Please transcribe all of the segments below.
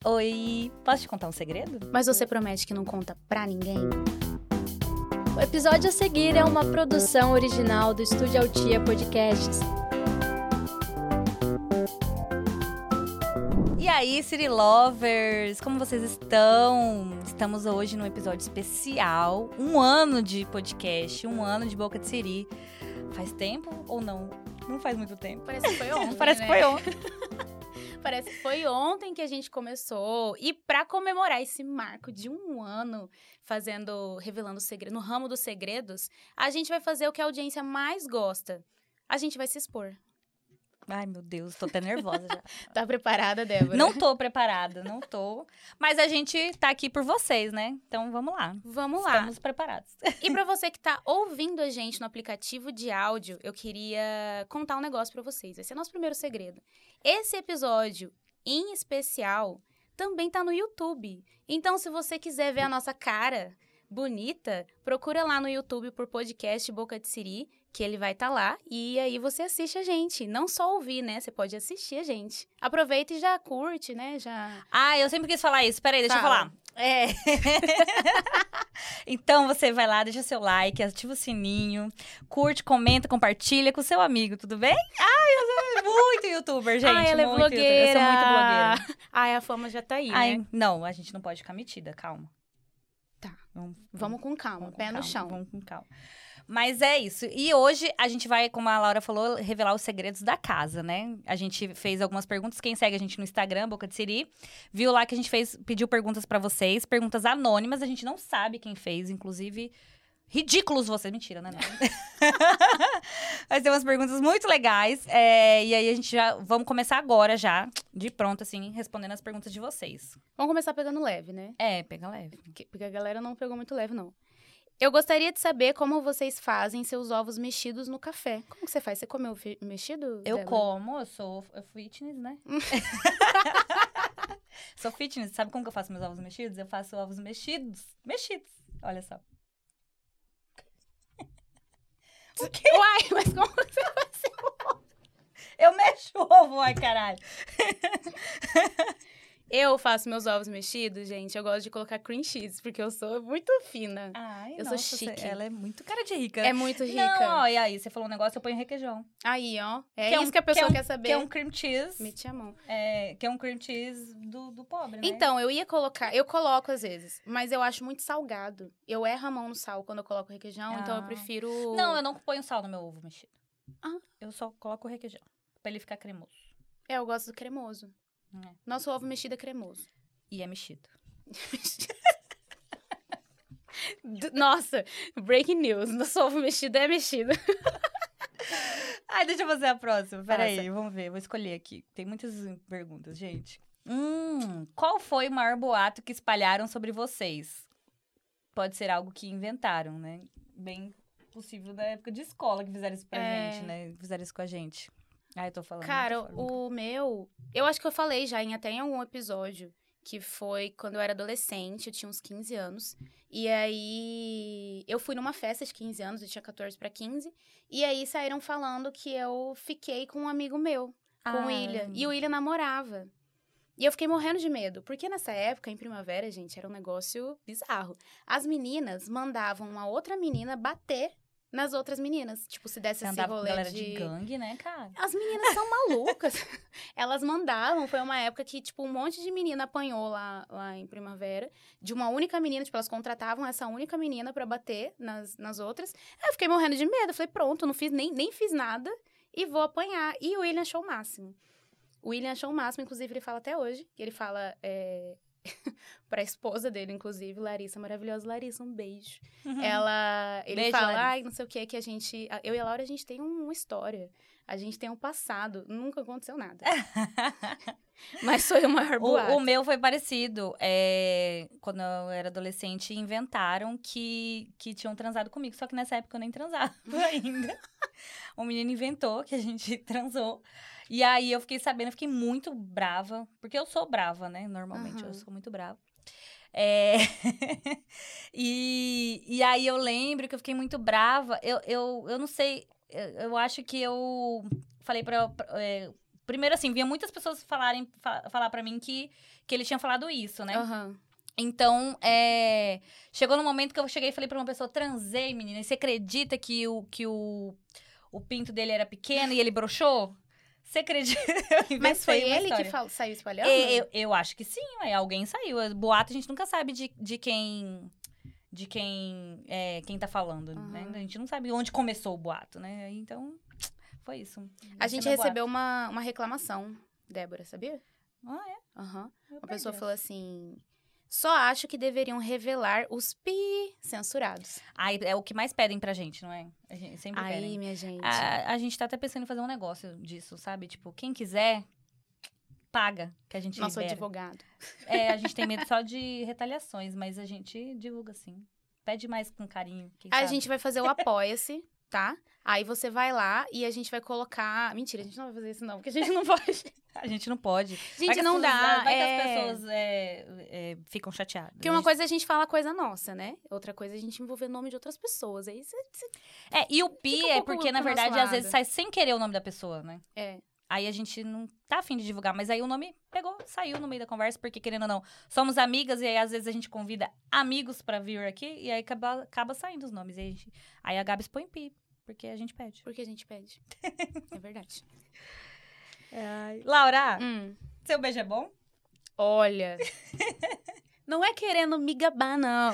Oi, posso te contar um segredo? Mas você promete que não conta pra ninguém? O episódio a seguir é uma produção original do Estúdio Altia Podcasts. E aí, City Lovers, como vocês estão? Estamos hoje num episódio especial, 1 ano de podcast, 1 ano de Boca de Siri. Faz tempo ou não? Não faz muito tempo. Parece que foi ontem, Parece que foi ontem. Parece que foi ontem que a gente começou. E pra comemorar esse marco de 1 ano revelando segredo, no ramo dos segredos, a gente vai fazer o que a audiência mais gosta. A gente vai se expor. Ai, meu Deus, tô até nervosa já. Tá preparada, Débora? Não tô preparada, não tô. Mas a gente tá aqui por vocês, né? Então, vamos lá. Vamos lá. Estamos preparados. E pra você que tá ouvindo a gente no aplicativo de áudio, eu queria contar um negócio pra vocês. Esse é o nosso primeiro segredo. Esse episódio, em especial, também tá no YouTube. Então, se você quiser ver a nossa cara bonita, procura lá no YouTube por podcast Boca de Siri, que ele vai estar lá, e aí você assiste a gente. Não só ouvir, né? Você pode assistir a gente. Aproveita e já curte, né? Já... Ah, eu sempre quis falar isso. Peraí, deixa eu falar. Então, você vai lá, deixa seu like, ativa o sininho, curte, comenta, compartilha com seu amigo, tudo bem? Ai, eu sou muito youtuber, gente. Ela é muito blogueira. Eu sou muito blogueira. Ai, a fama já tá aí, Ai, né? não, a gente não pode ficar metida, calma. Tá. Vamos com calma, pé no chão. Vamos com calma. Mas é isso. E hoje a gente vai, como a Laura falou, revelar os segredos da casa, né? A gente fez algumas perguntas. Quem segue a gente no Instagram, Boca de Siri, viu lá que a gente pediu perguntas pra vocês, perguntas anônimas. A gente não sabe quem fez, inclusive... Ridículos vocês. Mentira, né? Vai ser umas perguntas muito legais. E aí a gente já... Vamos começar agora já, de pronto, assim, respondendo as perguntas de vocês. Vamos começar pegando leve, né? Pega leve. Porque a galera não pegou muito leve, não. Eu gostaria de saber como vocês fazem seus ovos mexidos no café. Como que você faz? Você comeu mexido, Eu Débora? como, eu sou fitness, né? Sou fitness. Sabe como que eu faço meus ovos mexidos? Eu faço ovos mexidos. Mexidos. Olha só. O quê? Uai, mas como você faz seu ovo? Eu mexo o ovo, ai, caralho. Eu faço meus ovos mexidos, gente. Eu gosto de colocar cream cheese, porque eu sou muito fina. Ai, Eu sou chique. Ela é muito cara de rica. É muito rica. Não, ó, e aí, você falou um negócio, eu ponho requeijão. Aí, ó. É Que isso que a pessoa quer saber. Que é um cream cheese. Mete a mão. Que é um cream cheese do pobre, né? Então, eu ia colocar... Eu coloco às vezes, mas eu acho muito salgado. Eu erro a mão no sal quando eu coloco requeijão, então eu prefiro... Não, eu não ponho sal no meu ovo mexido. Ah. Eu só coloco o requeijão, pra ele ficar cremoso. Eu gosto do cremoso. Nosso ovo mexido é cremoso. E é mexido. Nossa, breaking news. Nosso ovo mexido é mexido. Ai, deixa eu fazer a próxima. Peraí, vamos ver. Vou escolher aqui. Tem muitas perguntas, gente. Qual foi o maior boato que espalharam sobre vocês? Pode ser algo que inventaram, né? Bem possível da época de escola que fizeram isso pra gente, né? Fizeram isso com a gente. Ai, eu tô falando. Cara, o meu... Eu acho que eu falei já até em algum episódio. Que foi quando eu era adolescente, eu tinha uns 15 anos. E aí, eu fui numa festa de 15 anos, eu tinha 14 pra 15. E aí, saíram falando que eu fiquei com um amigo meu, com o William. E o William namorava. E eu fiquei morrendo de medo. Porque nessa época, em primavera, gente, era um negócio bizarro. As meninas mandavam uma outra menina bater nas outras meninas. Tipo, se desse esse rolê galera de gangue, né, cara? As meninas são malucas. Elas mandavam. Foi uma época que, tipo, um monte de menina apanhou lá em primavera. De uma única menina. Tipo, elas contratavam essa única menina pra bater nas outras. Aí eu fiquei morrendo de medo. Eu falei, pronto, não fiz, nem fiz nada. E vou apanhar. E o William achou o máximo. O William achou o máximo. Inclusive, ele fala até hoje. Ele fala... pra esposa dele, inclusive, Larissa, maravilhosa Larissa, um beijo. Ele beijo, fala, Larissa. ai, não sei o que a gente... Eu e a Laura, a gente tem uma história. A gente tem um passado. Nunca aconteceu nada. Mas foi o maior boato. O meu foi parecido. Quando eu era adolescente, inventaram que tinham transado comigo. Só que nessa época eu nem transava ainda. O menino inventou que a gente transou. E aí eu fiquei sabendo, fiquei muito brava. Porque eu sou brava, né? Normalmente eu sou muito brava. E aí eu lembro que eu fiquei muito brava. Eu não sei, eu acho que eu falei primeiro assim, vinha muitas pessoas falar pra mim que que ele tinha falado isso, né? Aham. Então, chegou no momento que eu cheguei e falei pra uma pessoa, transei, menina, e você acredita que o pinto dele era pequeno e ele broxou? Você acredita? Eu Mas foi inventei uma ele que história. saiu espalhando? Eu acho que sim, ué, alguém saiu. Boato a gente nunca sabe de quem tá falando, né? Uhum. A gente não sabe onde começou o boato, né? Aí, então, foi isso. A Esse gente é meu recebeu uma reclamação, Débora, sabia? boato. Ah, é? Aham. Eu Uma pessoa perdi falou essa. assim... Só acho que deveriam revelar os pi censurados. Aí, é o que mais pedem pra gente, não é? A gente sempre Aí, pedem. minha gente... A gente tá até pensando em fazer um negócio disso, sabe? Tipo, quem quiser, paga, que a gente Nosso libera. advogado. A gente tem medo só de retaliações, mas a gente divulga sim. Pede mais com carinho, quem Aí a sabe? gente vai fazer o Apoia-se, tá? Aí você vai lá e a gente vai colocar... Mentira, a gente não vai fazer isso não, porque a gente não pode. A gente não pode. Gente, não dá. Vai que as pessoas ficam chateadas. Porque uma coisa é a gente falar coisa nossa, né? Outra coisa é a gente envolver o nome de outras pessoas. Aí você... E o pi Fica um é pouco porque, na pro nosso verdade, às lado. vezes sai sem querer o nome da pessoa, né? É. Aí a gente não tá afim de divulgar, mas aí o nome pegou, saiu no meio da conversa, porque querendo ou não, somos amigas, e aí às vezes a gente convida amigos pra vir aqui, e aí acaba saindo os nomes. Aí a Gabs põe pi, porque a gente pede. Porque a gente pede. É verdade. Laura, seu beijo é bom? Olha, não é querendo me gabar, não.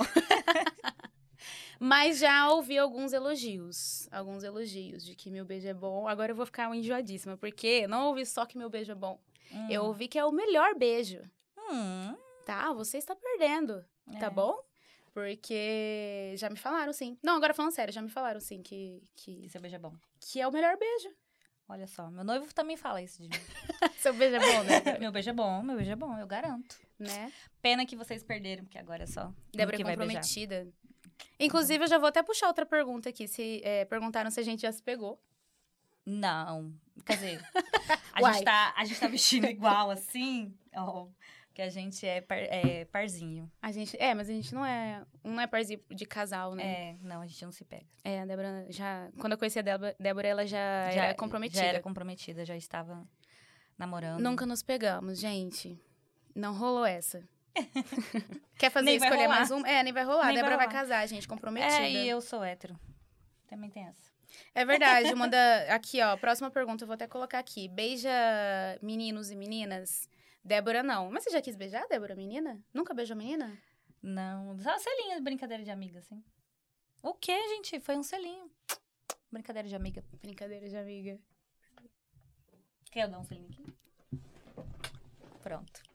Mas já ouvi alguns elogios. Alguns elogios de que meu beijo é bom. Agora eu vou ficar enjoadíssima, porque não ouvi só que meu beijo é bom. Eu ouvi que é o melhor beijo. Tá, você está perdendo, tá bom? Porque já me falaram, sim. Não, agora falando sério, já me falaram, sim, que seu beijo é bom. que é o melhor beijo. Olha só, meu noivo também fala isso de mim. Seu beijo é bom, né? Meu beijo é bom, eu garanto. Né? Pena que vocês perderam, porque agora é só Débora que é vai beijar. comprometida. Inclusive, eu já vou até puxar outra pergunta aqui. Se perguntaram se a gente já se pegou. Não, quer dizer, Uai. a gente tá vestindo igual, assim, que a gente é parzinho. A gente, mas a gente não é parzinho de casal, né? Não, a gente não se pega. A Débora já... Quando eu conheci a Débora, ela já era comprometida. Já era comprometida, já estava namorando. Nunca nos pegamos, gente. Não rolou essa. Quer fazer Nem vai escolher rolar. mais um? Nem vai rolar. Nem A Débora vai vai rolar. casar, gente, comprometida. E eu sou hétero. Também tem essa. É verdade. Aqui, ó, próxima pergunta, eu vou até colocar aqui. Beija meninos e meninas? Débora, não. Mas você já quis beijar, Débora, menina? Nunca beijou menina? Não, só selinho de brincadeira de amiga, assim. O quê, gente? Foi um selinho. Brincadeira de amiga. Brincadeira de amiga. Quer eu dar um selinho aqui? Pronto.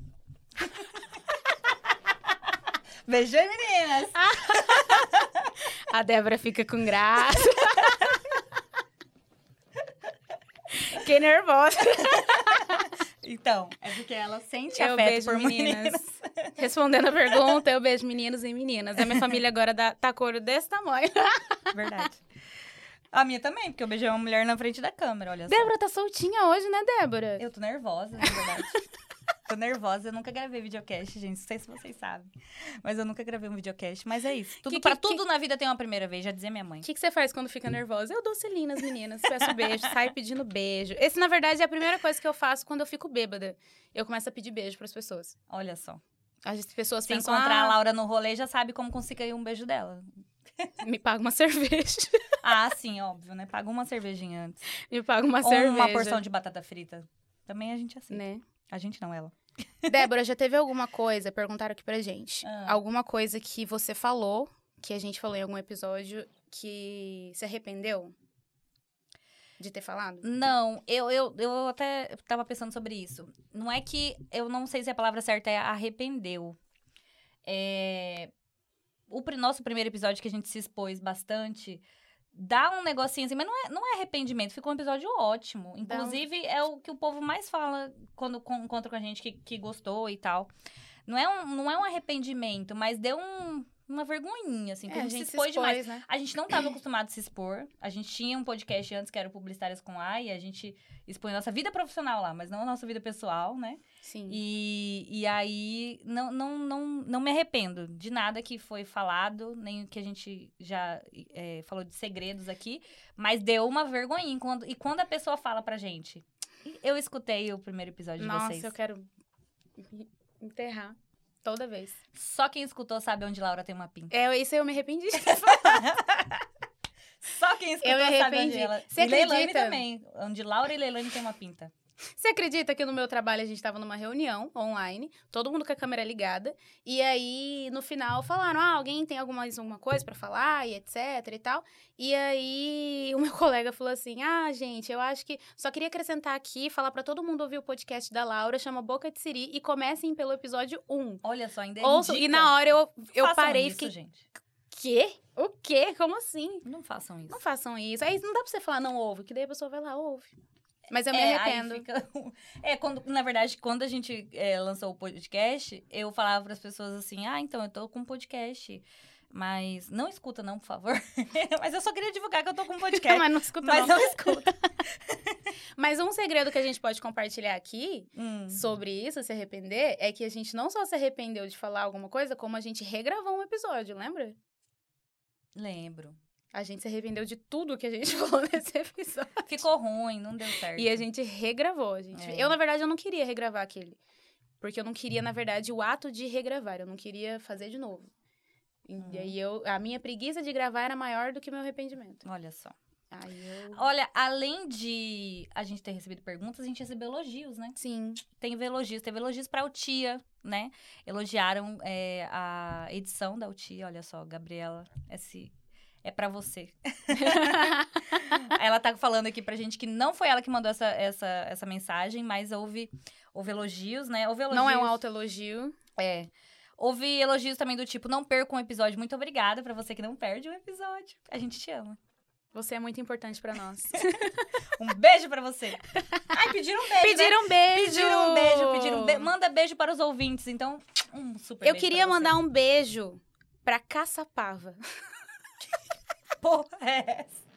Beijei, meninas! A Débora fica com graça. Fiquei nervosa. Então, é porque ela sente Eu afeto beijo por meninas. Respondendo a pergunta, eu beijo meninos e meninas. A minha família agora tá couro desse tamanho. Verdade. A minha também, porque eu beijei uma mulher na frente da câmera, olha só. Débora tá soltinha hoje, né, Débora? Eu tô nervosa, na verdade. Tô nervosa, eu nunca gravei videocast, gente. Não sei se vocês sabem. Mas eu nunca gravei um videocast. Mas é isso. Tudo na vida tem uma primeira vez, já dizia minha mãe. O que você faz quando fica nervosa? Eu dou selinho nas meninas, peço beijo, saio pedindo beijo. Esse, na verdade, é a primeira coisa que eu faço quando eu fico bêbada. Eu começo a pedir beijo pras pessoas. Olha só. As pessoas Se pensam, encontrar a Laura no rolê, já sabe como conseguir um beijo dela. me paga uma cerveja. Sim, óbvio, né? Paga uma cervejinha antes. Me paga uma Ou cerveja. uma porção de batata frita. Também a gente aceita. Né? A gente não, ela. Débora, já teve alguma coisa, perguntaram aqui pra gente, Ah. alguma coisa que você falou, que a gente falou em algum episódio, que se arrependeu de ter falado? Não, eu até tava pensando sobre isso. Não é que, eu não sei se a palavra certa é arrependeu. O nosso primeiro episódio, que a gente se expôs bastante, dá um negocinho assim, mas não é arrependimento, ficou um episódio ótimo. Inclusive, é o que o povo mais fala quando encontra com a gente que gostou e tal. Não é um arrependimento, mas deu uma vergonhinha, assim, porque a gente se expôs demais. Né? A gente não estava acostumado a se expor. A gente tinha um podcast antes que era o Publicitárias com A, e a gente expõe nossa vida profissional lá, mas não a nossa vida pessoal, né? Sim. E aí, não me arrependo de nada que foi falado, nem que a gente já falou de segredos aqui, mas deu uma vergonhinha. E quando a pessoa fala pra gente, eu escutei o primeiro episódio de vocês. Nossa, eu quero Enterrar. Toda vez. Só quem escutou sabe onde Laura tem uma pinta. Isso aí eu me arrependi. Só quem escutou Eu me sabe arrependi. onde ela... Você E Leilani acredita? também. Onde Laura e Leilani tem uma pinta. Você acredita que no meu trabalho a gente tava numa reunião online, todo mundo com a câmera ligada, e aí no final falaram, alguém tem alguma coisa pra falar, e etc e tal. E aí o meu colega falou assim, gente, eu acho que só queria acrescentar aqui, falar pra todo mundo ouvir o podcast da Laura, chama Boca de Siri, e comecem pelo episódio 1. Olha só, ainda é Ouçam, indica. e na hora eu Façam parei e isso, fiquei, gente. quê? O quê? Como assim? Não façam isso. Não façam isso. Aí não dá pra você falar não ouve, que daí a pessoa vai lá, ouve. Mas eu me Aí arrependo. fica... na verdade, quando a gente lançou o podcast, eu falava pras pessoas assim, então, eu tô com um podcast, mas não escuta não, por favor. Mas eu só queria divulgar que eu tô com um podcast. Mas não escuta Mas não escuta. Mas um segredo que a gente pode compartilhar aqui sobre isso, se arrepender, é que a gente não só se arrependeu de falar alguma coisa, como a gente regravou um episódio, lembra? Lembro. A gente se arrependeu de tudo que a gente falou nesse episódio. Ficou ruim, não deu certo. E a gente regravou, Eu, na verdade, eu não queria regravar aquele. Porque eu não queria, na verdade, o ato de regravar. Eu não queria fazer de novo. E aí, a minha preguiça de gravar era maior do que o meu arrependimento. Olha só. Aí Olha, além de a gente ter recebido perguntas, a gente recebeu elogios, né? Sim. Teve elogios pra Utia, né? Elogiaram a edição da Utia. Olha só, Gabriela, é pra você. Ela tá falando aqui pra gente que não foi ela que mandou essa mensagem, mas houve elogios, né? Não é um autoelogio. Houve elogios também do tipo, não perca um episódio. Muito obrigada pra você que não perde um episódio. A gente te ama. Você é muito importante pra nós. Um beijo pra você. Ai, pediram um beijo, Pediram beijo! Pediram um beijo. Manda beijo para os ouvintes, então, um super beijo. Eu queria mandar um beijo pra Caçapava. Porra, é essa?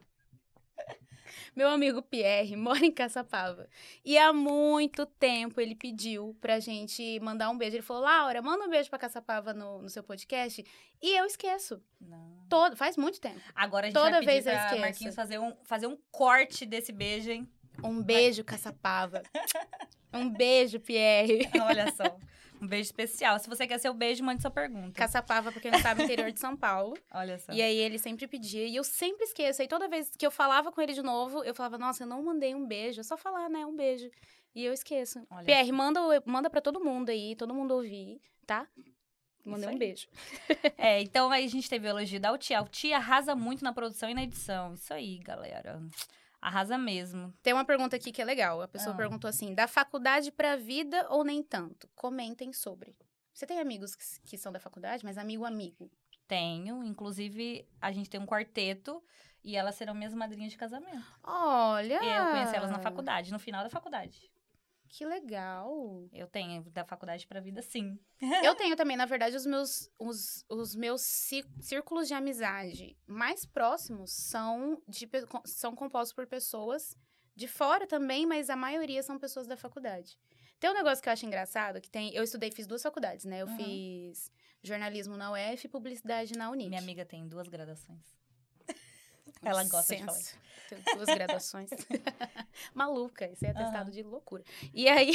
Meu amigo Pierre mora em Caçapava. E há muito tempo ele pediu pra gente mandar um beijo. Ele falou, Laura, manda um beijo pra Caçapava no seu podcast. E eu esqueço. Não. Faz muito tempo. Agora a gente Toda vai pedir vez eu pra esqueço. Marquinhos fazer um corte desse beijo, hein? Um beijo, Caçapava. Um beijo, Pierre. Olha só. Um beijo especial. Se você quer seu beijo, mande sua pergunta. Caçapava, pra quem não sabe, interior de São Paulo. Olha só. E aí ele sempre pedia, e eu sempre esqueço. Aí toda vez que eu falava com ele de novo, eu falava, nossa, eu não mandei um beijo. É só falar, né, um beijo. E eu esqueço. Olha Pierre, manda pra todo mundo aí, todo mundo ouvir, tá? Mandei um beijo. Então aí a gente teve o elogio da Utia. A Utia arrasa muito na produção e na edição. Isso aí, galera. Arrasa mesmo. Tem uma pergunta aqui que é legal. A pessoa perguntou assim, da faculdade pra vida ou nem tanto? Comentem sobre. Você tem amigos que são da faculdade, mas amigo? Tenho. Inclusive, a gente tem um quarteto e elas serão minhas madrinhas de casamento. Olha! E eu conheci elas na faculdade, no final da faculdade. Que legal! Eu tenho da faculdade pra vida, sim. Eu tenho também, na verdade, os meus círculos de amizade mais próximos são compostos por pessoas de fora também, mas a maioria são pessoas da faculdade. Tem um negócio que eu acho engraçado, eu fiz 2 faculdades, né? Eu fiz jornalismo na UF e publicidade na Unic. Minha amiga tem 2 graduações. Ela gosta de falar isso. Tem 2 graduações. Maluca, isso é atestado de loucura. E aí,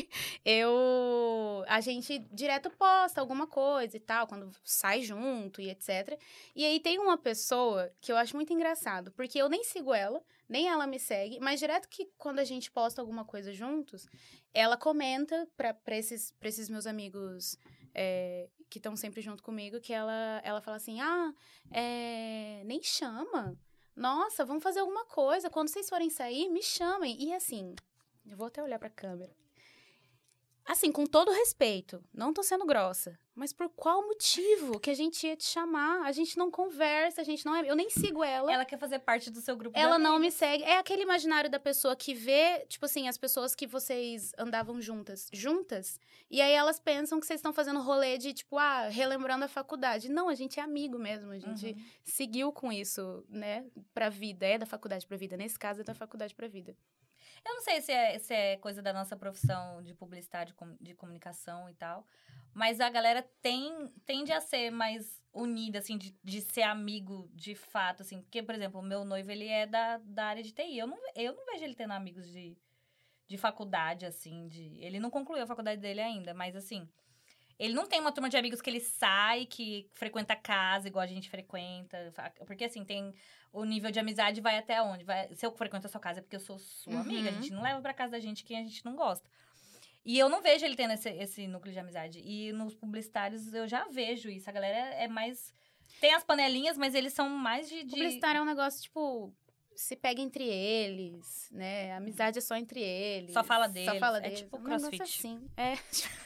a gente direto posta alguma coisa e tal, quando sai junto e etc. E aí tem uma pessoa que eu acho muito engraçado, porque eu nem sigo ela, nem ela me segue, mas direto que quando a gente posta alguma coisa juntos, ela comenta pra esses meus amigos que estão sempre junto comigo, que ela fala assim, nem chama. Nossa, vamos fazer alguma coisa. Quando vocês forem sair, me chamem. E assim, eu vou até olhar pra câmera. Assim, com todo respeito, não tô sendo grossa, mas por qual motivo que a gente ia te chamar? A gente não conversa, eu nem sigo ela. Ela quer fazer parte do seu grupo. Ela não me segue. É aquele imaginário da pessoa que vê, tipo assim, as pessoas que vocês andavam juntas, e aí elas pensam que vocês estão fazendo rolê de, tipo, relembrando a faculdade. Não, a gente é amigo mesmo, a gente seguiu com isso, né, pra vida. É da faculdade pra vida, nesse caso é da faculdade pra vida. Eu não sei se é coisa da nossa profissão de publicidade, de comunicação e tal, mas a galera tende a ser mais unida, assim, de ser amigo de fato, assim. Porque, por exemplo, o meu noivo, ele é da área de TI. Eu não vejo ele tendo amigos de de faculdade, assim, ele não concluiu a faculdade dele ainda, mas assim, ele não tem uma turma de amigos que ele sai, que frequenta a casa igual a gente frequenta, porque assim, tem o nível de amizade vai até onde? Se eu frequento a sua casa é porque eu sou sua amiga, a gente não leva pra casa da gente quem a gente não gosta. E eu não vejo ele tendo esse núcleo de amizade. E nos publicitários eu já vejo isso. A galera é mais... Tem as panelinhas, mas eles são mais de... Publicitário é um negócio, tipo... Se pega entre eles, né? A amizade é só entre eles. Só fala deles. Só fala é deles. tipo Um CrossFit. negócio assim. É.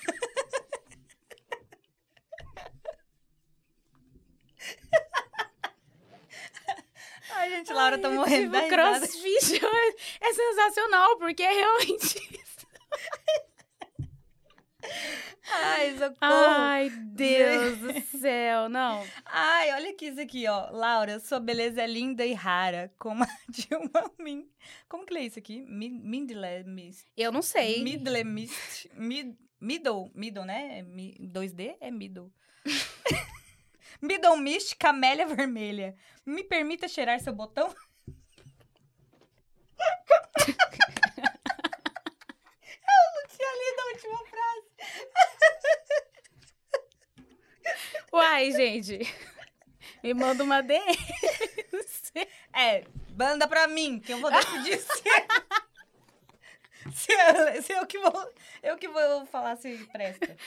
Ai, gente, Laura tá morrendo da Tipo, risada. CrossFit é sensacional, porque é realmente isso. Ai, socorro. Ai, Deus do céu, não. Ai, olha aqui isso aqui, ó. Laura, sua beleza é linda e rara, como a de uma Como que lê isso aqui? Middle Mist. Eu não sei. Middle Mist. Middle, né? 2D é middle. Middle Mist, camélia vermelha. Me permita cheirar seu botão? Eu não tinha lido a última frase. Uai, gente. Me manda uma DM. Manda pra mim, que eu vou decidir se eu que vou falar se presta.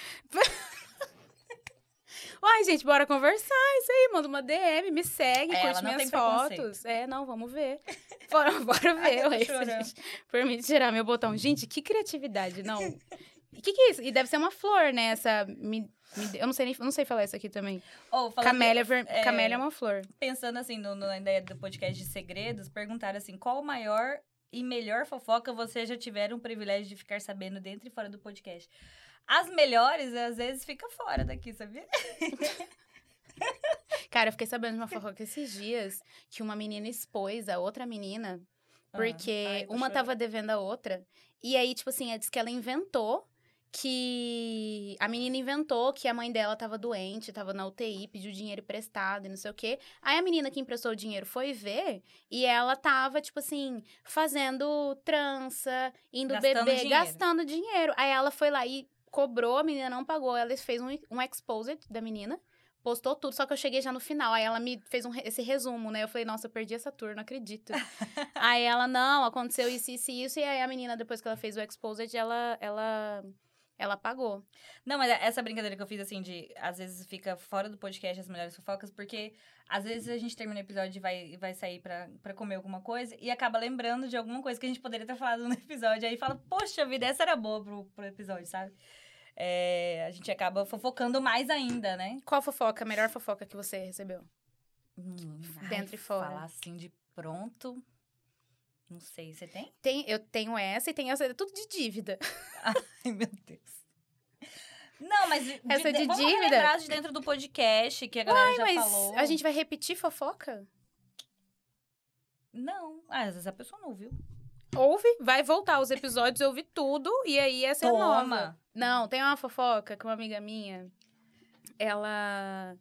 Uai, gente, bora conversar. Isso aí, manda uma DM, me segue, Ela curte não minhas tem fotos. Não, vamos ver. Bora ver. Eu tô Ué, chorando. gente, permite tirar meu botão. Gente, que criatividade, não. O que é isso? E deve ser uma flor, né? Eu não sei falar isso aqui também. Camélia é uma flor. Pensando assim, na ideia do podcast de segredos, perguntaram assim, qual o maior e melhor fofoca vocês já tiveram o privilégio de ficar sabendo dentro e fora do podcast? As melhores, às vezes, fica fora daqui, sabia? Cara, eu fiquei sabendo de uma fofoca esses dias que uma menina expôs a outra menina porque uma tava devendo a outra. E aí, tipo assim, ela disse que ela inventou que... A menina inventou que a mãe dela tava doente, tava na UTI, pediu dinheiro emprestado e não sei o quê. Aí a menina que emprestou o dinheiro foi ver e ela tava, tipo assim, fazendo trança, indo beber, gastando dinheiro. Aí ela foi lá e cobrou, a menina não pagou. Ela fez um exposed da menina, postou tudo, só que eu cheguei já no final. Aí ela me fez esse resumo, né? Eu falei, nossa, eu perdi essa tour, não acredito. Aí ela, não, aconteceu isso, isso e isso. E aí a menina, depois que ela fez o exposed, ela pagou. Não, mas essa brincadeira que eu fiz, assim, de... Às vezes fica fora do podcast as melhores fofocas, porque... Às vezes a gente termina o episódio e vai sair pra comer alguma coisa e acaba lembrando de alguma coisa que a gente poderia ter falado no episódio. Aí fala, poxa vida, essa era boa pro episódio, sabe? A gente acaba fofocando mais ainda, né? Qual fofoca? A melhor fofoca que você recebeu? Dentro e fora. Falar assim de pronto... Não sei, você tem? Eu tenho essa e tenho essa, tudo de dívida. Ai, meu Deus. Não, mas essa de vamos dívida? relembrar de dentro do podcast que a galera já falou. A gente vai repetir fofoca? Não. Às vezes a pessoa não ouviu. Ouve, vai voltar os episódios, ouve tudo e aí essa é nova. Não, tem uma fofoca que uma amiga minha, ela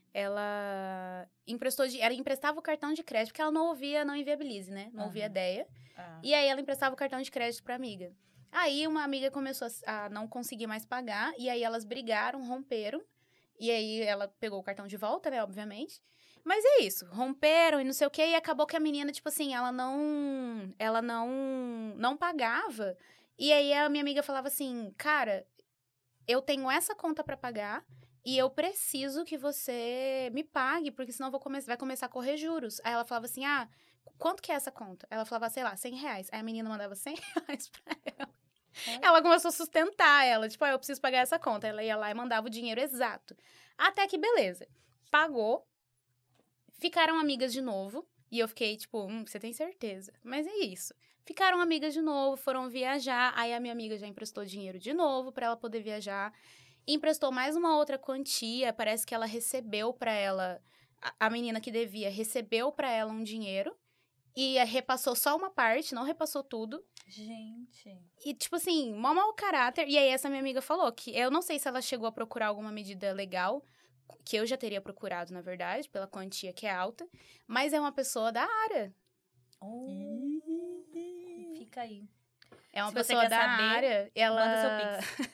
emprestava o cartão de crédito, porque ela não ouvia Não Inviabilize, né? Não ouvia ideia. E aí ela emprestava o cartão de crédito pra amiga. Aí uma amiga começou a não conseguir mais pagar, e aí elas brigaram, romperam. E aí ela pegou o cartão de volta, né, obviamente. Mas é isso, romperam e não sei o quê, e acabou que a menina, tipo assim, ela não pagava. E aí a minha amiga falava assim, cara, eu tenho essa conta pra pagar, e eu preciso que você me pague, porque senão vai começar a correr juros. Aí ela falava assim, quanto que é essa conta? Ela falava, sei lá, R$100. Aí a menina mandava R$100 pra ela. Ela começou a sustentar ela, tipo, eu preciso pagar essa conta. Ela ia lá e mandava o dinheiro exato. Até que, beleza. Pagou. Ficaram amigas de novo. E eu fiquei, tipo, você tem certeza? Mas é isso. Ficaram amigas de novo, foram viajar. Aí a minha amiga já emprestou dinheiro de novo pra ela poder viajar. Emprestou mais uma outra quantia. Parece que ela recebeu pra ela... A menina que devia recebeu pra ela um dinheiro. E repassou só uma parte, não repassou tudo. Gente. E, tipo assim, mó mau caráter. E aí, essa minha amiga falou que... Eu não sei se ela chegou a procurar alguma medida legal, que eu já teria procurado, na verdade, pela quantia que é alta. Mas é uma pessoa da área. Fica aí. É uma Se você pessoa quer da saber, área, ela... manda seu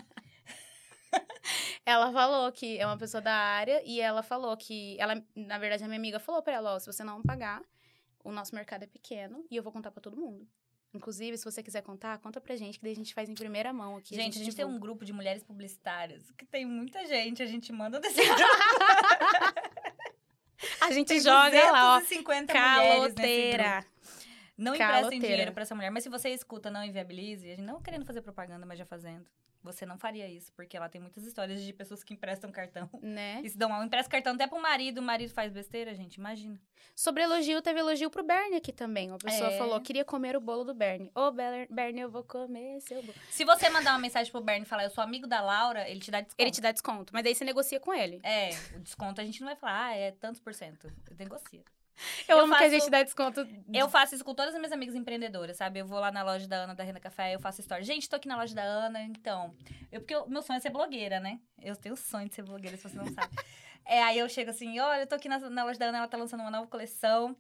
Ela falou que é uma pessoa da área e ela falou que... na verdade, a minha amiga falou pra ela, ó, se você não pagar, o nosso mercado é pequeno e eu vou contar pra todo mundo. Inclusive, se você quiser contar, conta pra gente, que daí a gente faz em primeira mão aqui. Gente, a gente tem um divulga. grupo de mulheres publicitárias, que tem muita gente, a gente manda desse grupo. A gente Tem joga lá, ó. 250 mulheres nesse Caloteira. grupo. Não emprestem Caloteira. dinheiro pra essa mulher, mas se você escuta, não inviabilize, a gente não querendo fazer propaganda, mas já fazendo. Você não faria isso, porque ela tem muitas histórias de pessoas que emprestam cartão. Né? E se dão mal, empresta cartão até pro marido, o marido faz besteira, gente, imagina. Sobre elogio, teve elogio pro Bernie aqui também. Uma pessoa É. falou, queria comer o bolo do Bernie. Ô, Bernie, eu vou comer seu bolo. Se você mandar uma mensagem pro Bernie e falar, eu sou amigo da Laura, ele te dá desconto. Ele te dá desconto, mas aí você negocia com ele. É, o desconto a gente não vai falar, é tantos por cento. Negocia. Eu amo que a faço- gente dá desconto. Eu faço isso com todas as minhas amigas empreendedoras, sabe? Eu vou lá na loja da Ana, da Renda Café, eu faço story. Gente, tô aqui na loja da Ana, então... Porque o meu sonho é ser blogueira, né? Eu tenho o sonho de ser blogueira, se você não sabe. Aí eu chego assim, olha, eu tô aqui na loja da Ana, ela tá lançando uma nova coleção.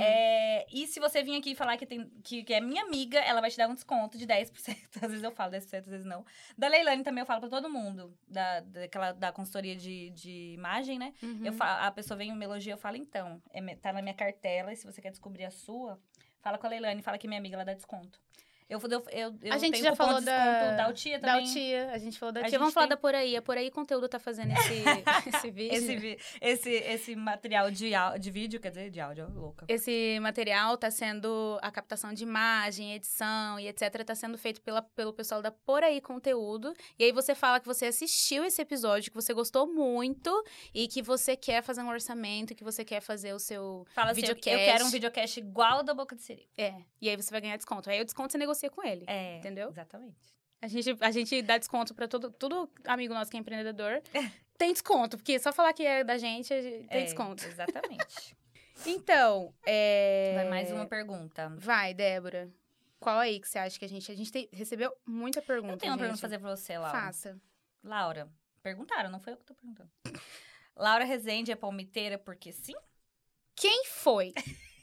E se você vir aqui e falar que é minha amiga, ela vai te dar um desconto de 10%. Às vezes eu falo 10%, às vezes não. Da Leilane também eu falo pra todo mundo, da consultoria de imagem, né? A pessoa vem e me elogia, eu falo, então, tá na minha cartela, e se você quer descobrir a sua, fala com a Leilane, fala que minha amiga, ela dá desconto. Eu A gente tenho já cupom falou de desconto da Altia também. Da Altia, a gente falou da A Altia. Vamos gente falar tem- da Por Aí. A Por Aí Conteúdo tá fazendo esse vídeo. Esse material de vídeo, quer dizer, de áudio, louca. Esse material tá sendo a captação de imagem, edição e etc. Tá sendo feito pelo pessoal da Por Aí Conteúdo. E aí você fala que você assistiu esse episódio, que você gostou muito e que você quer fazer um orçamento, que você quer fazer o seu Fala assim, eu videocast. quero um videocast igual ao da Boca de Siri. É, e aí você vai ganhar desconto. Aí o desconto você negocia com ele. Entendeu? Exatamente. A gente dá desconto pra todo amigo nosso que é empreendedor. Tem desconto, porque só falar que é da gente, tem desconto. Exatamente. Então, Vai mais uma pergunta. Vai, Débora. Qual aí que você acha que a gente recebeu muita pergunta, Eu tenho uma pergunta gente. pra fazer pra você, Laura. Faça. Laura, perguntaram, não foi eu que tô perguntando. Laura Rezende é palmiteira porque sim? Quem foi?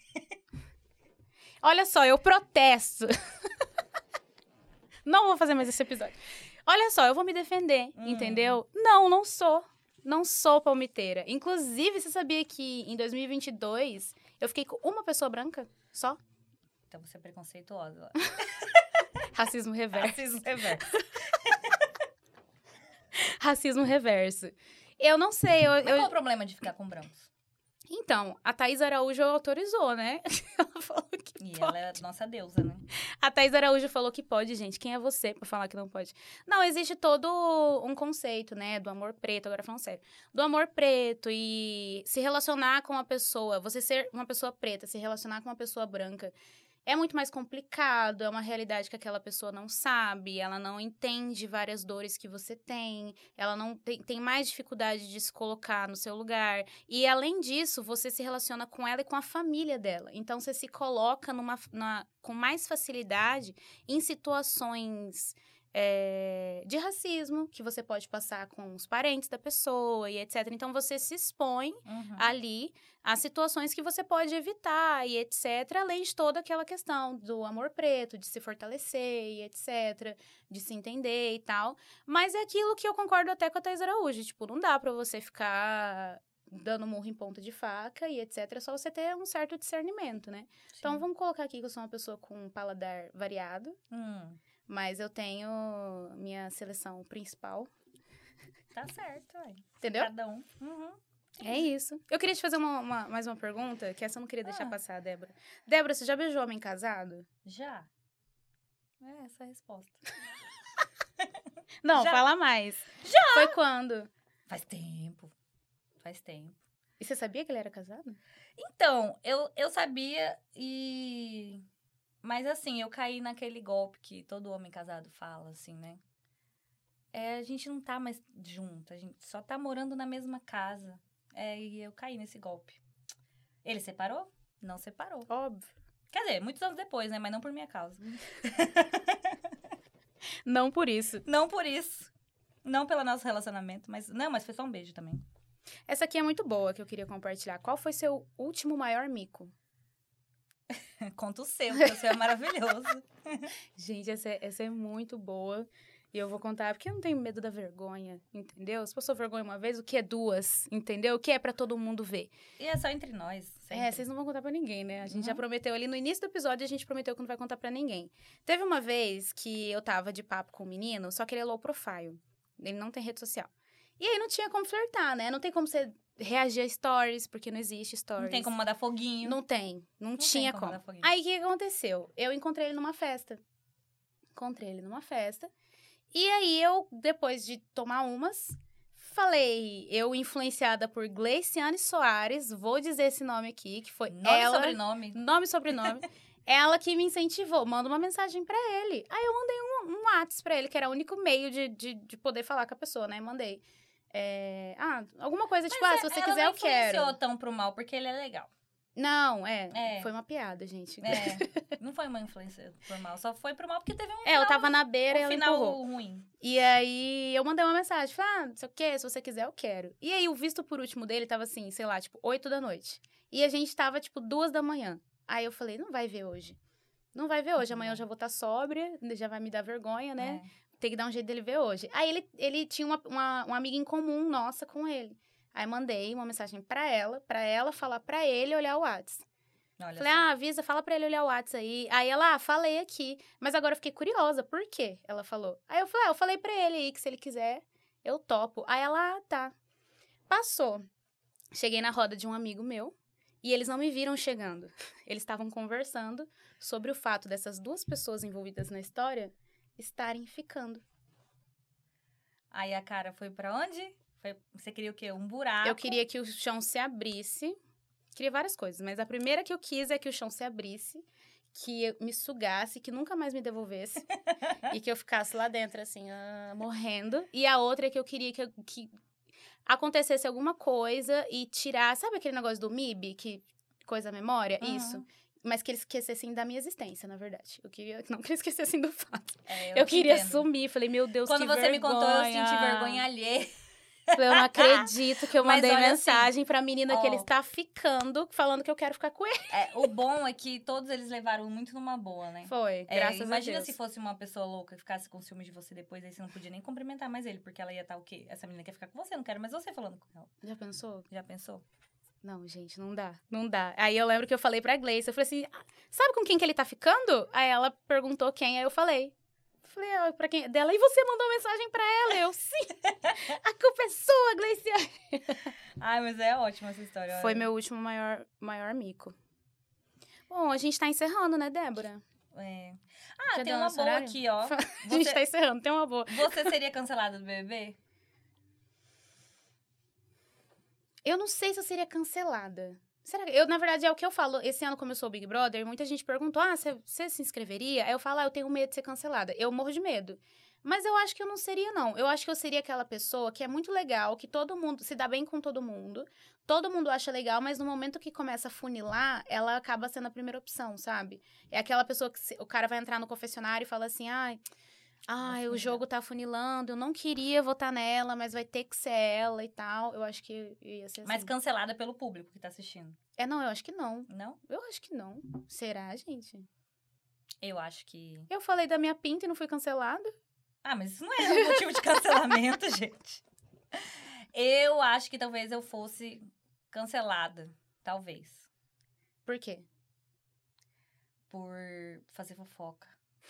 Olha só, eu protesto. Não vou fazer mais esse episódio. Olha só, eu vou me defender, entendeu? Não sou. Não sou palmiteira. Inclusive, você sabia que em 2022 eu fiquei com uma pessoa branca só? Então você é preconceituosa. Laura. Racismo reverso. Racismo reverso. Racismo reverso. Eu não sei, Mas qual o problema de ficar com brancos? Então, a Thaís Araújo autorizou, né? Ela falou que E pode. ela é a nossa deusa, né? A Thaís Araújo falou que pode, gente. Quem é você pra falar que não pode? Não, existe todo um conceito, né? Do amor preto, agora falando sério. Do amor preto e se relacionar com uma pessoa, você ser uma pessoa preta, se relacionar com uma pessoa branca, é muito mais complicado, é uma realidade que aquela pessoa não sabe, ela não entende várias dores que você tem, ela não tem mais dificuldade de se colocar no seu lugar. E, além disso, você se relaciona com ela e com a família dela. Então, você se coloca com mais facilidade em situações de racismo, que você pode passar com os parentes da pessoa e etc. Então, você se expõe ali a situações que você pode evitar e etc. Além de toda aquela questão do amor preto, de se fortalecer e etc. De se entender e tal. Mas é aquilo que eu concordo até com a Thaís Araújo. Tipo, não dá pra você ficar dando murro em ponta de faca e etc. É só você ter um certo discernimento, né? Sim. Então, vamos colocar aqui que eu sou uma pessoa com um paladar variado. Mas eu tenho minha seleção principal. Tá certo, ué. Entendeu? Cada um. É isso. Eu queria te fazer mais uma pergunta, que essa eu não queria deixar passar, Débora. Débora, você já beijou homem casado? Já. É essa a resposta. Não, Já. fala mais. Já! Foi quando? Faz tempo. Faz tempo. E você sabia que ele era casado? Então, eu sabia e... Mas assim, eu caí naquele golpe que todo homem casado fala, assim, né? A gente não tá mais junto, a gente só tá morando na mesma casa. E eu caí nesse golpe. Ele separou? Não separou. Óbvio. Quer dizer, muitos anos depois, né? Mas não por minha causa. Não por isso. Não por isso. Não pelo nosso relacionamento, mas... Não, mas foi só um beijo também. Essa aqui é muito boa, que eu queria compartilhar. Qual foi seu último maior mico? Conta o seu, porque o seu é maravilhoso. Gente, essa é muito boa. E eu vou contar, porque eu não tenho medo da vergonha, entendeu? Se passou vergonha uma vez, o que é duas, entendeu? O que é pra todo mundo ver. E é só entre nós, sempre. É, vocês não vão contar pra ninguém, né? A gente já prometeu ali no início do episódio, a gente prometeu que não vai contar pra ninguém. Teve uma vez que eu tava de papo com um menino, só que ele é low profile. Ele não tem rede social. E aí não tinha como flertar, né? Não tem como você reagir a stories, porque não existe stories. Não tem como mandar foguinho. Não tem. Não tinha tem como. mandar foguinho. Aí, o que aconteceu? Eu encontrei ele numa festa. E aí, eu, depois de tomar umas, falei... Eu, influenciada por Gleiciane Soares, vou dizer esse nome aqui, que foi Nome ela... e sobrenome. Nome e sobrenome. Ela que me incentivou. Manda uma mensagem pra ele. Aí, eu mandei um WhatsApp pra ele, que era o único meio de poder falar com a pessoa, né? Mandei. Alguma coisa, tipo, se você quiser, eu quero. Ela não influenciou tão pro mal, porque ele é legal. Não, foi uma piada, gente. Não foi uma influência por mal, só foi pro mal porque teve um eu tava na beira e ela final empurrou. ruim. E aí, eu mandei uma mensagem, falei, não sei o quê, se você quiser, eu quero. E aí, o visto por último dele tava assim, sei lá, tipo, 8 da noite. E a gente tava, tipo, 2 da manhã. Aí eu falei, não vai ver hoje. Não vai ver hoje, amanhã eu já vou estar sóbria, já vai me dar vergonha, né? Tem que dar um jeito dele ver hoje. Aí, ele tinha uma amiga em comum nossa com ele. Aí, mandei uma mensagem pra ela falar pra ele olhar o WhatsApp. Olha Falei, só. avisa, fala pra ele olhar o WhatsApp aí. Aí ela, falei aqui. Mas agora eu fiquei curiosa, por quê? Ela falou. Aí eu falei, eu falei pra ele aí que se ele quiser, eu topo. Aí ela, tá. Passou. Cheguei na roda de um amigo meu e eles não me viram chegando. Eles estavam conversando sobre o fato dessas 2 pessoas envolvidas na história estarem ficando. Aí a cara foi pra onde? Você queria o quê? Um buraco? Eu queria que o chão se abrisse. Queria várias coisas, mas a primeira que eu quis é que o chão se abrisse, que eu me sugasse, que nunca mais me devolvesse e que eu ficasse lá dentro, assim, morrendo. E a outra é que eu queria que acontecesse alguma coisa e tirar... Sabe aquele negócio do MIB, que coisa a memória? Isso. Mas que eles esquecessem da minha existência, na verdade. Eu queria não que eles esquecessem do fato. Eu queria sumir. Falei, meu Deus, Quando que você vergonha. me contou, eu senti vergonha alheia. Eu não acredito que eu Mas mandei olha mensagem pra menina que ó. ele está ficando, falando que eu quero ficar com ele. O bom é que todos eles levaram muito numa boa, né? Foi, graças a Deus. Imagina se fosse uma pessoa louca e ficasse com ciúme de você depois, aí você não podia nem cumprimentar mais ele, porque ela ia estar o quê? Essa menina quer ficar com você, não quero mais você falando com ela. Já pensou? Já pensou? Não, gente, não dá. Não dá. Aí eu lembro que eu falei pra Gleice, eu falei assim, sabe com quem que ele tá ficando? Aí ela perguntou quem, aí eu falei. Falei, pra quem? Dela, e você mandou mensagem pra ela? Eu, sim. A culpa é sua, Gleice. Ai, mas é ótima essa história. Foi meu último maior mico. Bom, a gente tá encerrando, né, Débora? Já tem deu uma nosso boa horário? aqui, ó. A gente tá encerrando, tem uma boa. Você seria cancelada do BBB? Eu não sei se eu seria cancelada. Será que... na verdade, é o que eu falo. Esse ano começou o Big Brother, muita gente perguntou, você se inscreveria? Aí eu falo, eu tenho medo de ser cancelada. Eu morro de medo. Mas eu acho que eu não seria, não. Eu acho que eu seria aquela pessoa que é muito legal, que todo mundo se dá bem com todo mundo acha legal, mas no momento que começa a funilar, ela acaba sendo a primeira opção, sabe? É aquela pessoa que o cara vai entrar no confessionário e fala assim, o jogo tá funilando, eu não queria votar nela, mas vai ter que ser ela e tal. Eu acho que eu ia ser assim. Mas cancelada pelo público que tá assistindo. Não, eu acho que não. Não? Eu acho que não. Será, gente? Eu acho que... Eu falei da minha pinta e não fui cancelada? Mas isso não é um motivo de cancelamento, gente. Eu acho que talvez eu fosse cancelada. Talvez. Por quê? Por fazer fofoca.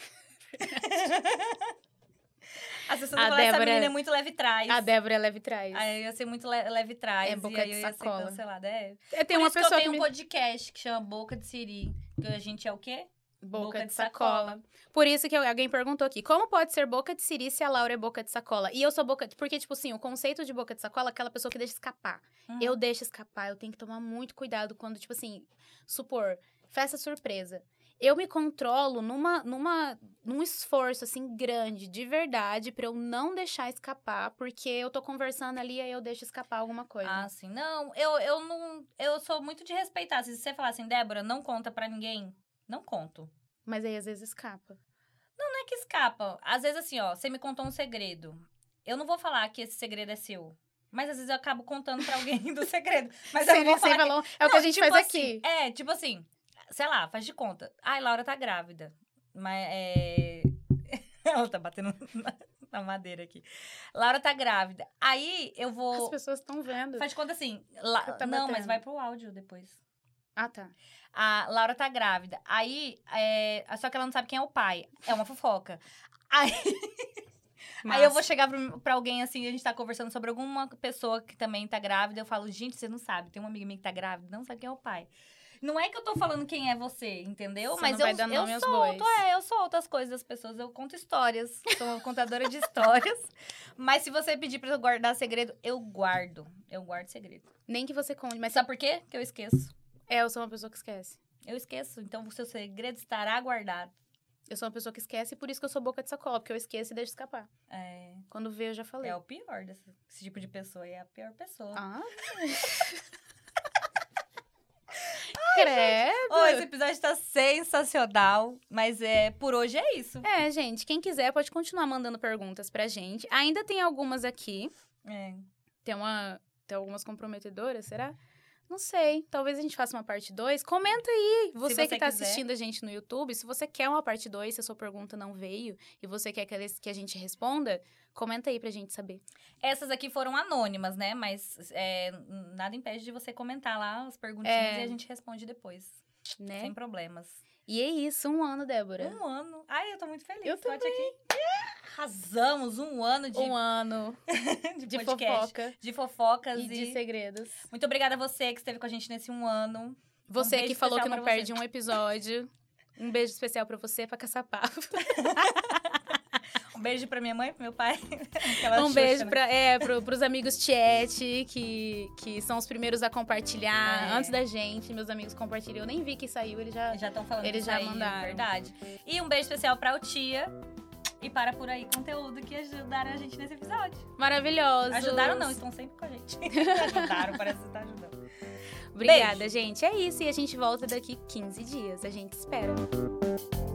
As pessoas falam, essa menina é muito leve trás. A Débora é leve trás. Aí eu ia ser muito leve trás. É boca e aí de eu ia sacola. ser cancelada. Tem Por uma isso pessoa que eu tenho que um podcast que chama Boca de Siri. Que a gente é o quê? Boca de sacola. Por isso que alguém perguntou aqui, como pode ser boca de siri se a Laura é boca de sacola? E eu sou boca... Porque, tipo assim, o conceito de boca de sacola é aquela pessoa que deixa escapar. Eu deixo escapar, eu tenho que tomar muito cuidado quando, tipo assim, supor, festa surpresa. Eu me controlo num esforço, assim, grande, de verdade, pra eu não deixar escapar, porque eu tô conversando ali, aí eu deixo escapar alguma coisa. Sim. Não, eu não... Eu sou muito de respeitar. Se você falar assim, Débora, não conta pra ninguém... Não conto. Mas aí, às vezes, escapa. Não é que escapa. Às vezes, assim, você me contou um segredo. Eu não vou falar que esse segredo é seu. Mas, às vezes, eu acabo contando pra alguém do segredo. Mas eu não vou falar é o que a gente faz assim, aqui. Tipo assim, sei lá, faz de conta. Ai, Laura tá grávida. Mas ela tá batendo na madeira aqui. Laura tá grávida. Aí eu vou... As pessoas estão vendo. Faz de conta assim. Tá não, batendo. mas vai pro áudio depois. Ah, tá. A Laura tá grávida. Aí, só que ela não sabe quem é o pai. É uma fofoca. Aí eu vou chegar pra alguém assim, a gente tá conversando sobre alguma pessoa que também tá grávida. Eu falo, gente, você não sabe. Tem uma amiga minha que tá grávida, não sabe quem é o pai. Não é que eu tô falando quem é você, entendeu? Você Mas não vai dar nome aos bois. eu solto as coisas das pessoas, eu conto histórias. Sou uma contadora de histórias. Mas se você pedir pra eu guardar segredo, eu guardo. Eu guardo segredo. Nem que você conte, mas... Sabe por quê? Que eu esqueço. Eu sou uma pessoa que esquece. Eu esqueço, então o seu segredo estará guardado. Eu sou uma pessoa que esquece e por isso que eu sou boca de sacola, porque eu esqueço e deixo escapar. Quando vê, eu já falei. É o pior desse tipo de pessoa, é a pior pessoa. Ah... Credo! Esse episódio tá sensacional, mas por hoje é isso. Gente, quem quiser pode continuar mandando perguntas pra gente. Ainda tem algumas aqui. Tem algumas comprometedoras, será? Não sei. Talvez a gente faça uma parte 2. Comenta aí. Você que tá assistindo a gente no YouTube, se você quer uma parte 2, se a sua pergunta não veio e você quer que a gente responda, comenta aí pra gente saber. Essas aqui foram anônimas, né? Mas nada impede de você comentar lá as perguntinhas e a gente responde depois. Né? Sem problemas. E é isso, 1 ano, Débora. 1 ano. Ai, eu tô muito feliz. Eu também. Aqui. Arrasamos 1 ano de... 1 ano de fofoca. De fofocas e de segredos. Muito obrigada a você que esteve com a gente nesse 1 ano. Você que falou que não perde um episódio. Um beijo especial pra você, pra Caçapava. Um beijo pra minha mãe, pro meu pai. Um beijo pros amigos Tiete, que são os primeiros a compartilhar antes da gente. Meus amigos compartilham. Eu nem vi que saiu, eles já estão falando. Eles já mandaram. Verdade. E um beijo especial pra o Tia. E para por aí conteúdo que ajudaram a gente nesse episódio. maravilhoso. Ajudaram não, estão sempre com a gente. Ajudaram, parece que tá ajudando. Obrigada, gente. É isso. E a gente volta daqui 15 dias. A gente espera.